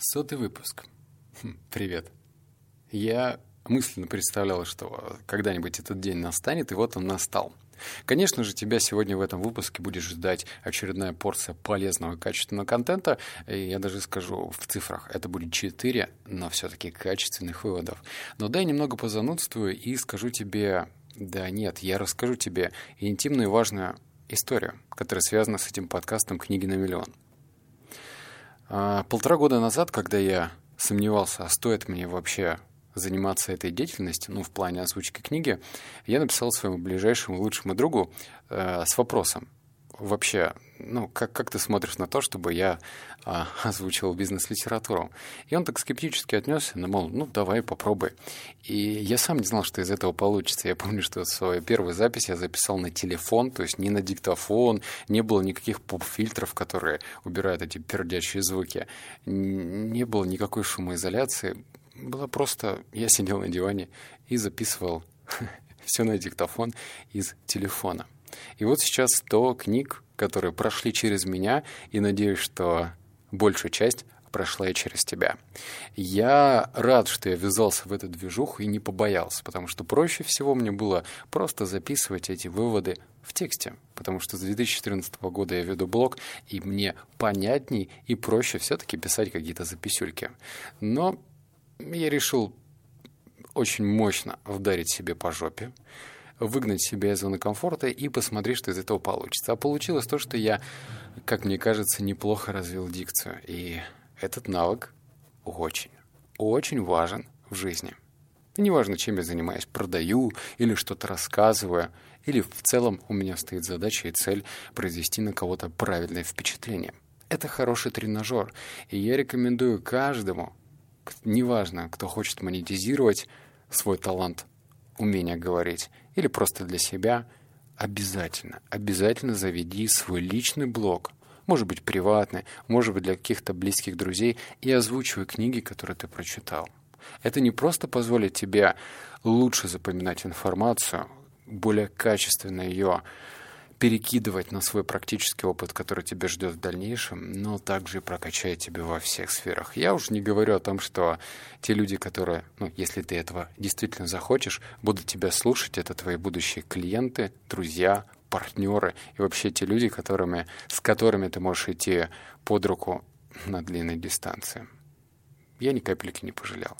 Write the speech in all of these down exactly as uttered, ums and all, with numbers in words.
Сотый выпуск. Хм, привет. Я мысленно представлял, что когда-нибудь этот день настанет, и вот он настал. Конечно же, тебя сегодня в этом выпуске будет ждать очередная порция полезного и качественного контента. И я даже скажу в цифрах, это будет четыре, но все-таки качественных выводов. Но дай немного позанудствую и скажу тебе, да нет, я расскажу тебе интимную и важную историю, которая связана с этим подкастом «Книги на миллион». А, полтора года назад, когда я сомневался, а стоит мне вообще заниматься этой деятельностью, ну, в плане озвучки книги, я написал своему ближайшему лучшему другу э, с вопросом. Вообще, ну, как, как ты смотришь на то, чтобы я а, озвучивал бизнес-литературу? И он так скептически отнесся, ну, мол, ну, давай, попробуй. И я сам не знал, что из этого получится. Я помню, что свою первую запись я записал на телефон, то есть не на диктофон, не было никаких поп-фильтров, которые убирают эти пердящие звуки, не было никакой шумоизоляции. Было просто, я сидел на диване и записывал все на диктофон из телефона. И вот сейчас сто книг, которые прошли через меня, и надеюсь, что большая часть прошла и через тебя. Я рад, что я ввязался в эту движуху и не побоялся, потому что проще всего мне было просто записывать эти выводы в тексте, потому что с две тысячи четырнадцатого года я веду блог, и мне понятней и проще все-таки писать какие-то записюльки. Но я решил очень мощно вдарить себе по жопе, выгнать себя из зоны комфорта и посмотреть, что из этого получится. А получилось то, что я, как мне кажется, неплохо развил дикцию. И этот навык очень, очень важен в жизни. И неважно, чем я занимаюсь, продаю или что-то рассказываю, или в целом у меня стоит задача и цель произвести на кого-то правильное впечатление. Это хороший тренажер, и я рекомендую каждому, неважно, кто хочет монетизировать свой талант, умение говорить, или просто для себя, обязательно, обязательно заведи свой личный блог, может быть, приватный, может быть, для каких-то близких друзей, и озвучивай книги, которые ты прочитал. Это не просто позволит тебе лучше запоминать информацию, более качественно ее перекидывать на свой практический опыт, который тебя ждет в дальнейшем, но также и прокачает тебя во всех сферах. Я уже не говорю о том, что те люди, которые, ну, если ты этого действительно захочешь, будут тебя слушать, это твои будущие клиенты, друзья, партнеры и вообще те люди, которыми, с которыми ты можешь идти под руку на длинной дистанции. Я ни капельки не пожалел.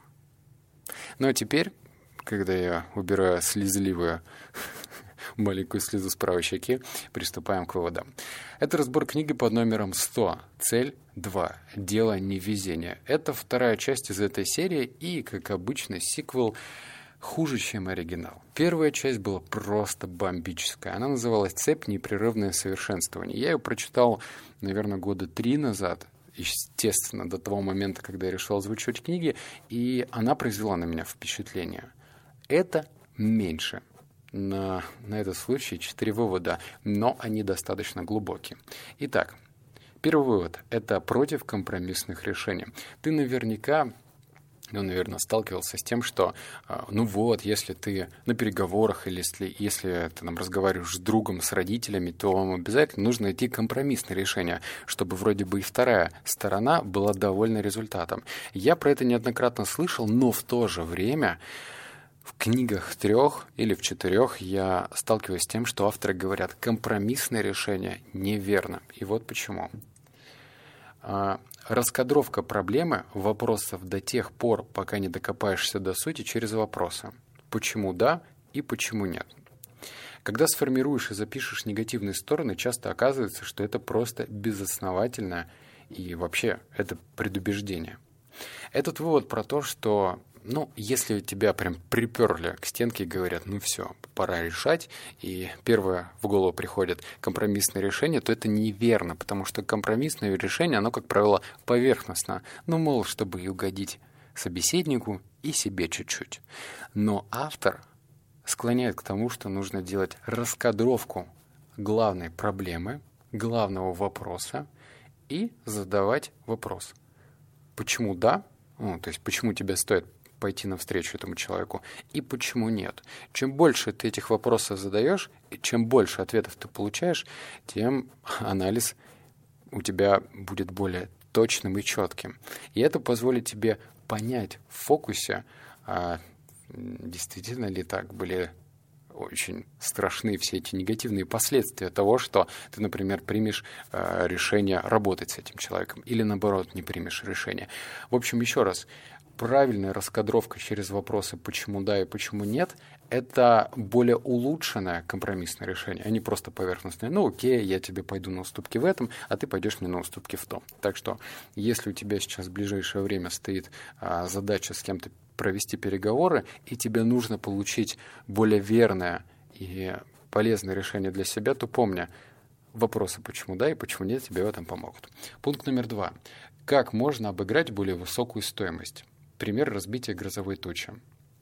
Ну а теперь, когда я убираю слезливую маленькую слезу с правой щеки, приступаем к выводам. Это разбор книги под номером сто. Цель два. Дело невезения. Это вторая часть из этой серии и, как обычно, сиквел хуже, чем оригинал. Первая часть была просто бомбическая. Она называлась «Цепь. Непрерывное совершенствование». Я ее прочитал, наверное, года три назад. Естественно, до того момента, когда я решил озвучивать книги, и она произвела на меня впечатление. Это меньше. На, на этот случай четыре вывода, но они достаточно глубокие. Итак, первый вывод – это против компромиссных решений. Ты наверняка, ну, наверное, сталкивался с тем, что, ну вот, если ты на переговорах или если, если ты там разговариваешь с другом, с родителями, то вам обязательно нужно найти компромиссное решение, чтобы вроде бы и вторая сторона была довольна результатом. Я про это неоднократно слышал, но в то же время в книгах трех или в четырех я сталкиваюсь с тем, что авторы говорят, компромиссное решение неверно. И вот почему. Раскадровка проблемы вопросов до тех пор, пока не докопаешься до сути через вопросы. Почему да и почему нет. Когда сформируешь и запишешь негативные стороны, часто оказывается, что это просто безосновательно и вообще это предубеждение. Этот вывод про то, что ну, если тебя прям приперли к стенке и говорят, ну все, пора решать, и первое в голову приходит компромиссное решение, то это неверно, потому что компромиссное решение, оно, как правило, поверхностно. Ну, мол, чтобы и угодить собеседнику и себе чуть-чуть. Но автор склоняет к тому, что нужно делать раскадровку главной проблемы, главного вопроса и задавать вопрос. Почему да? Ну, то есть почему тебе стоит пойти навстречу этому человеку, и почему нет. Чем больше ты этих вопросов задаешь, и чем больше ответов ты получаешь, тем анализ у тебя будет более точным и четким. И это позволит тебе понять в фокусе, а, действительно ли так были очень страшны все эти негативные последствия того, что ты, например, примешь э, решение работать с этим человеком или, наоборот, не примешь решение. В общем, еще раз, правильная раскадровка через вопросы «почему да» и «почему нет» — это более улучшенное компромиссное решение, а не просто поверхностное. Ну, окей, я тебе пойду на уступки в этом, а ты пойдешь мне на уступки в том. Так что, если у тебя сейчас в ближайшее время стоит а, задача с кем-то провести переговоры, и тебе нужно получить более верное и полезное решение для себя, то помни, вопросы «почему да» и «почему нет» тебе в этом помогут. Пункт номер два. Как можно обыграть более высокую стоимость? Пример разбития грозовой тучи.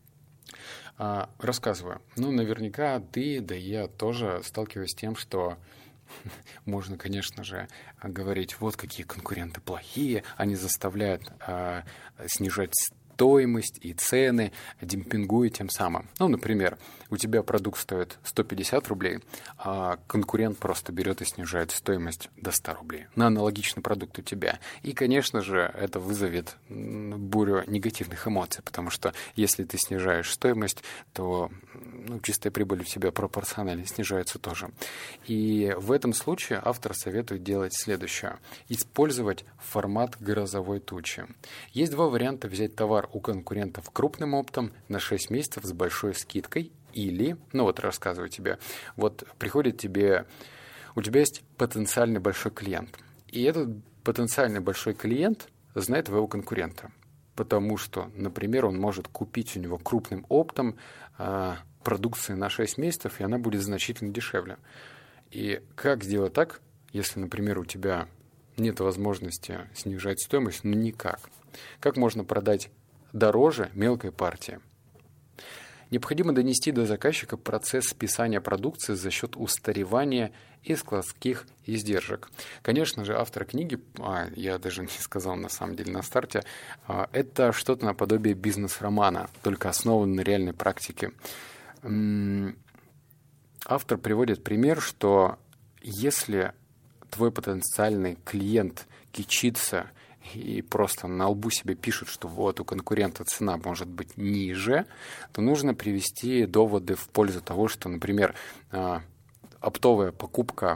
А, рассказываю. Ну, наверняка ты, да и я тоже сталкиваюсь с тем, что можно, конечно же, говорить, вот какие конкуренты плохие, они заставляют а, снижать стоимость и цены, демпингуя тем самым. Ну, например, у тебя продукт стоит сто пятьдесят рублей, а конкурент просто берет и снижает стоимость до ста рублей на аналогичный продукт у тебя. И, конечно же, это вызовет бурю негативных эмоций, потому что если ты снижаешь стоимость, то ну, чистая прибыль у тебя пропорционально снижается тоже. И в этом случае автор советует делать следующее. Использовать формат грозовой тучи. Есть два варианта взять товар у конкурентов крупным оптом на шесть месяцев с большой скидкой или, ну вот рассказываю тебе, вот приходит тебе, у тебя есть потенциальный большой клиент, и этот потенциальный большой клиент знает твоего конкурента, потому что, например, он может купить у него крупным оптом э, продукции на шесть месяцев, и она будет значительно дешевле. И как сделать так, если, например, у тебя нет возможности снижать стоимость? Ну, никак. Как можно продать дороже мелкой партии? Необходимо донести до заказчика процесс списания продукции за счет устаревания и складских издержек. Конечно же, автор книги, а, я даже не сказал на самом деле на старте, а, это что-то наподобие бизнес-романа, только основан на реальной практике. М- автор приводит пример, что если твой потенциальный клиент кичится и просто на лбу себе пишут, что вот у конкурента цена может быть ниже, то нужно привести доводы в пользу того, что, например, оптовая покупка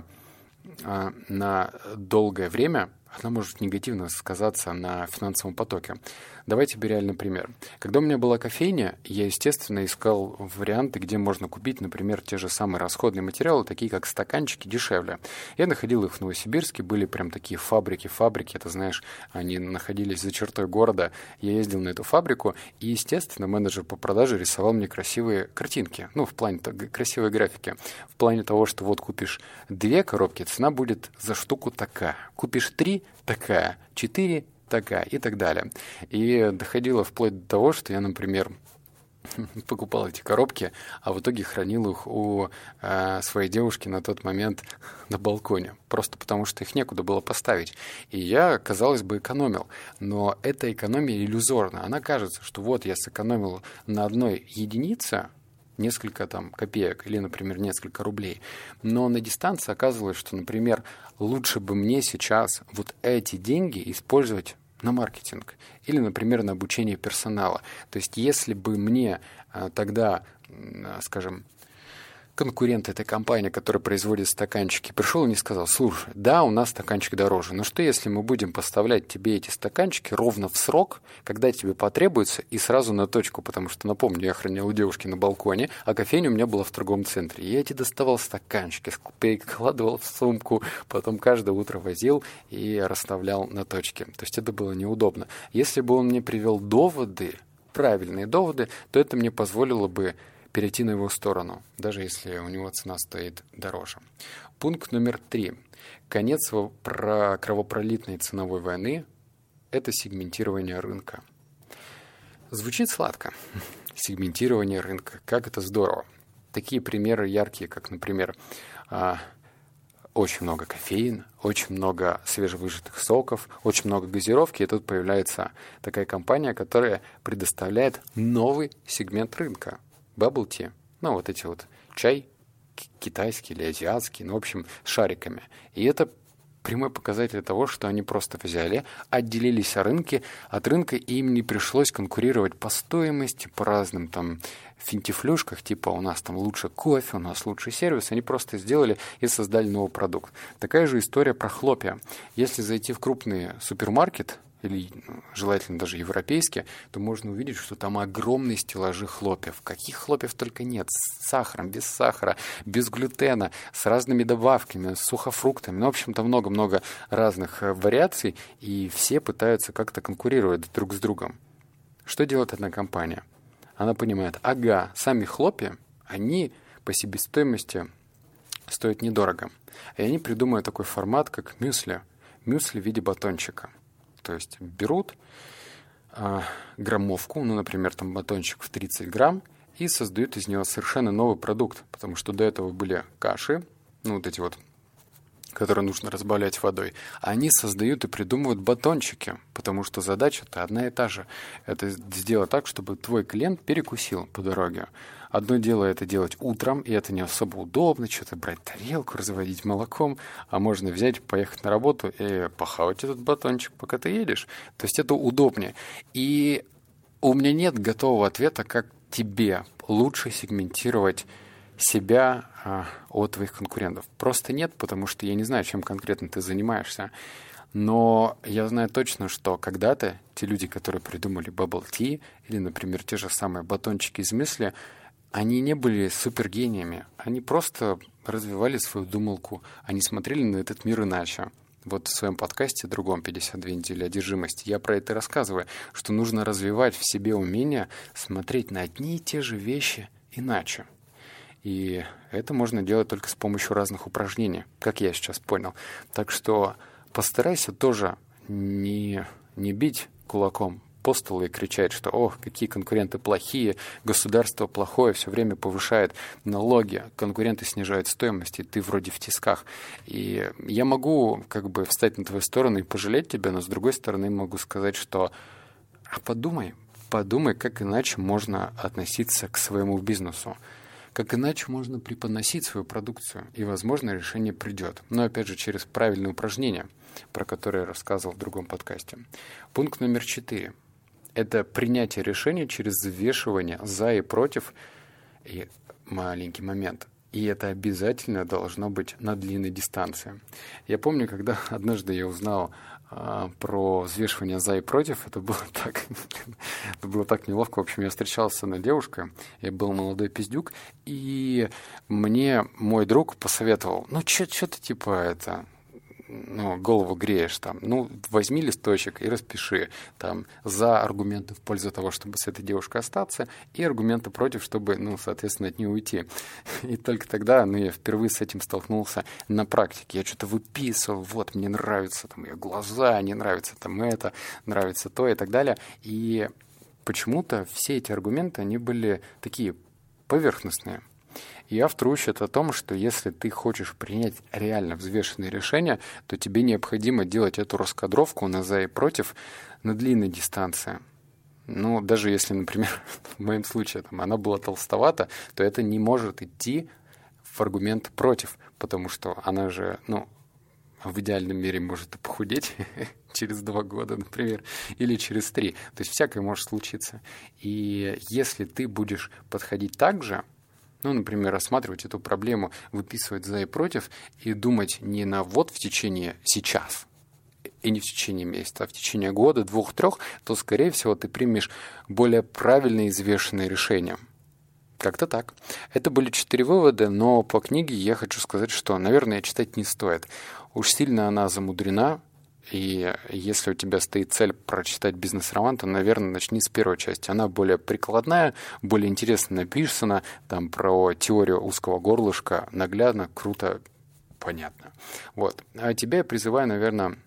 на долгое время, она может негативно сказаться на финансовом потоке. Давайте тебе реальный пример. Когда у меня была кофейня, я, естественно, искал варианты, где можно купить, например, те же самые расходные материалы, такие как стаканчики, дешевле. Я находил их в Новосибирске, были прям такие фабрики-фабрики, это, знаешь, они находились за чертой города. Я ездил на эту фабрику, и, естественно, менеджер по продаже рисовал мне красивые картинки, ну, в плане красивой графики, в плане того, что вот купишь две коробки, цена будет за штуку такая, купишь три — такая, четыре — такая и так далее. И доходило вплоть до того, что я, например, покупал эти коробки, а в итоге хранил их у э, своей девушки на тот момент на балконе, просто потому что их некуда было поставить. И я, казалось бы, экономил. Но эта экономия иллюзорна. Она кажется, что вот я сэкономил на одной единице несколько там копеек или, например, несколько рублей. Но на дистанции оказывалось, что, например, лучше бы мне сейчас вот эти деньги использовать на маркетинг или, например, на обучение персонала. То есть если бы мне а, тогда, а, скажем, конкурент этой компании, которая производит стаканчики, пришел и не сказал: слушай, да, у нас стаканчик дороже, но что если мы будем поставлять тебе эти стаканчики ровно в срок, когда тебе потребуется, и сразу на точку, потому что, напомню, я хранил у девушки на балконе, а кофейня у меня была в торговом центре. Я эти доставал стаканчики, перекладывал в сумку, потом каждое утро возил и расставлял на точке. То есть это было неудобно. Если бы он мне привел доводы, правильные доводы, то это мне позволило бы перейти на его сторону, даже если у него цена стоит дороже. Пункт номер три. Конец кровопролитной ценовой войны – это сегментирование рынка. Звучит сладко. Сегментирование рынка. Как это здорово. Такие примеры яркие, как, например, очень много кофеин, очень много свежевыжатых соков, очень много газировки, и тут появляется такая компания, которая предоставляет новый сегмент рынка. Bubble tea, ну вот эти вот чай китайский или азиатский, ну в общем с шариками. И это прямой показатель того, что они просто взяли, отделились от рынка, от рынка, и им не пришлось конкурировать по стоимости, по разным там финтифлюшках, типа у нас там лучше кофе, у нас лучший сервис. Они просто сделали и создали новый продукт. Такая же история про хлопья. Если зайти в крупный супермаркет, или желательно даже европейские, то можно увидеть, что там огромные стеллажи хлопьев. Каких хлопьев только нет. С сахаром, без сахара, без глютена, с разными добавками, с сухофруктами. Ну, в общем-то, много-много разных вариаций, и все пытаются как-то конкурировать друг с другом. Что делает одна компания? Она понимает, ага, сами хлопья, они по себестоимости стоят недорого. И они придумывают такой формат, как мюсли. Мюсли в виде батончика. То есть берут э, граммовку, ну, например, там батончик в тридцать грамм, и создают из него совершенно новый продукт, потому что до этого были каши, ну, вот эти вот, которые нужно разбавлять водой, а они создают и придумывают батончики, потому что задача-то одна и та же. Это сделать так, чтобы твой клиент перекусил по дороге. Одно дело это делать утром, и это не особо удобно, что-то брать тарелку, разводить молоком, а можно взять, поехать на работу и похавать этот батончик, пока ты едешь. То есть это удобнее. И у меня нет готового ответа, как тебе лучше сегментировать себя а, от твоих конкурентов. Просто нет, потому что я не знаю, чем конкретно ты занимаешься. Но я знаю точно, что когда-то те люди, которые придумали Bubble Tea или, например, те же самые батончики из мюсли, они не были супергениями. Они просто развивали свою думалку. Они смотрели на этот мир иначе. Вот в своем подкасте другом «пятьдесят две недели одержимости» я про это рассказываю, что нужно развивать в себе умение смотреть на одни и те же вещи иначе. И это можно делать только с помощью разных упражнений, как я сейчас понял. Так что постарайся тоже не, не бить кулаком по столу и кричать, что «Ох, какие конкуренты плохие, государство плохое, все время повышает налоги, конкуренты снижают стоимость, и ты вроде в тисках». И я могу как бы встать на твою сторону и пожалеть тебя, но с другой стороны могу сказать, что а подумай, подумай, как иначе можно относиться к своему бизнесу. Как иначе можно преподносить свою продукцию, и, возможно, решение придет. Но, опять же, через правильные упражнения, про которые я рассказывал в другом подкасте. Пункт номер четыре. Это принятие решения через взвешивание за и против. И маленький момент. И это обязательно должно быть на длинной дистанции. Я помню, когда однажды я узнал а, про взвешивание за и против, это было так, это было так неловко. В общем, я встречался с одной девушкой, я был молодой пиздюк, и мне мой друг посоветовал, ну, что ты типа это... ну, голову греешь там, ну, возьми листочек и распиши там за аргументы в пользу того, чтобы с этой девушкой остаться, и аргументы против, чтобы, ну, соответственно, от нее уйти. И только тогда, ну, я впервые с этим столкнулся на практике. Я что-то выписывал, вот, мне нравятся там ее глаза, не нравится там это, нравится то и так далее. И почему-то все эти аргументы, они были такие поверхностные. И автор учит о том, что если ты хочешь принять реально взвешенные решения, то тебе необходимо делать эту раскадровку на «за» и «против» на длинной дистанции. Ну, даже если, например, в моем случае там, она была толстовата, то это не может идти в аргумент «против», потому что она же, ну, в идеальном мире может и похудеть через два года, например, или через три. То есть всякое может случиться. И если ты будешь подходить так же, ну, например, рассматривать эту проблему, выписывать за и против и думать не на вот в течение сейчас и не в течение месяца, а в течение года, двух, трех, то, скорее всего, ты примешь более правильные и взвешенные решения. Как-то так. Это были четыре вывода, но по книге я хочу сказать, что, наверное, читать не стоит. Уж сильно она замудрена, и если у тебя стоит цель прочитать бизнес-роман, то, наверное, начни с первой части. Она более прикладная, более интересно написана, там про теорию узкого горлышка, наглядно, круто, понятно. Вот. А тебя я призываю, наверное,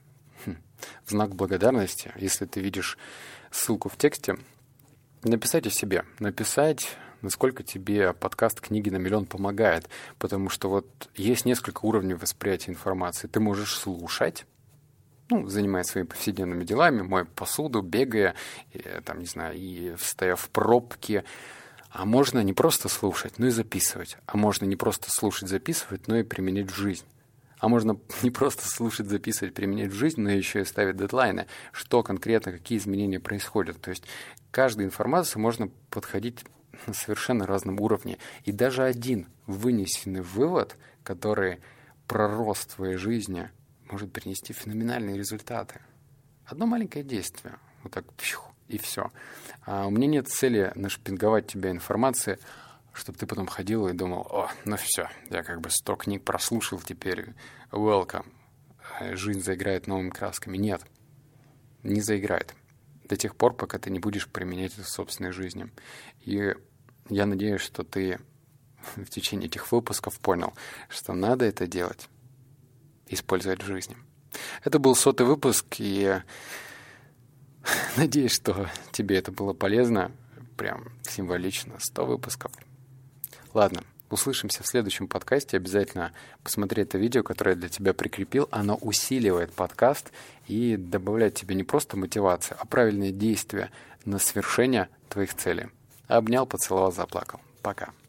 в знак благодарности, если ты видишь ссылку в тексте, написать о себе, написать, насколько тебе подкаст «Книги на миллион» помогает, потому что вот есть несколько уровней восприятия информации. Ты можешь слушать, ну, занимаясь своими повседневными делами, моя посуду, бегая, и, там, не знаю, и стоя в пробке. А можно не просто слушать, но и записывать. А можно не просто слушать, записывать, но и применять в жизнь. А можно не просто слушать, записывать, применять в жизнь, но еще и ставить дедлайны, что конкретно, какие изменения происходят. То есть к каждой информации можно подходить на совершенно разном уровне. И даже один вынесенный вывод, который про рост твоей жизни может принести феноменальные результаты. Одно маленькое действие. Вот так, пью, и все. А у меня нет цели нашпинговать тебя информацией, чтобы ты потом ходил и думал: о, ну все, я как бы сто книг прослушал, теперь welcome, жизнь заиграет новыми красками. Нет, не заиграет. До тех пор, пока ты не будешь применять это в собственной жизни. И я надеюсь, что ты в течение этих выпусков понял, что надо это делать, использовать в жизни. Это был сотый выпуск, и надеюсь, что тебе это было полезно. Прям символично. сто выпусков. Ладно, услышимся в следующем подкасте. Обязательно посмотри это видео, которое я для тебя прикрепил. Оно усиливает подкаст и добавляет тебе не просто мотивацию, а правильные действия на свершение твоих целей. Обнял, поцеловал, заплакал. Пока.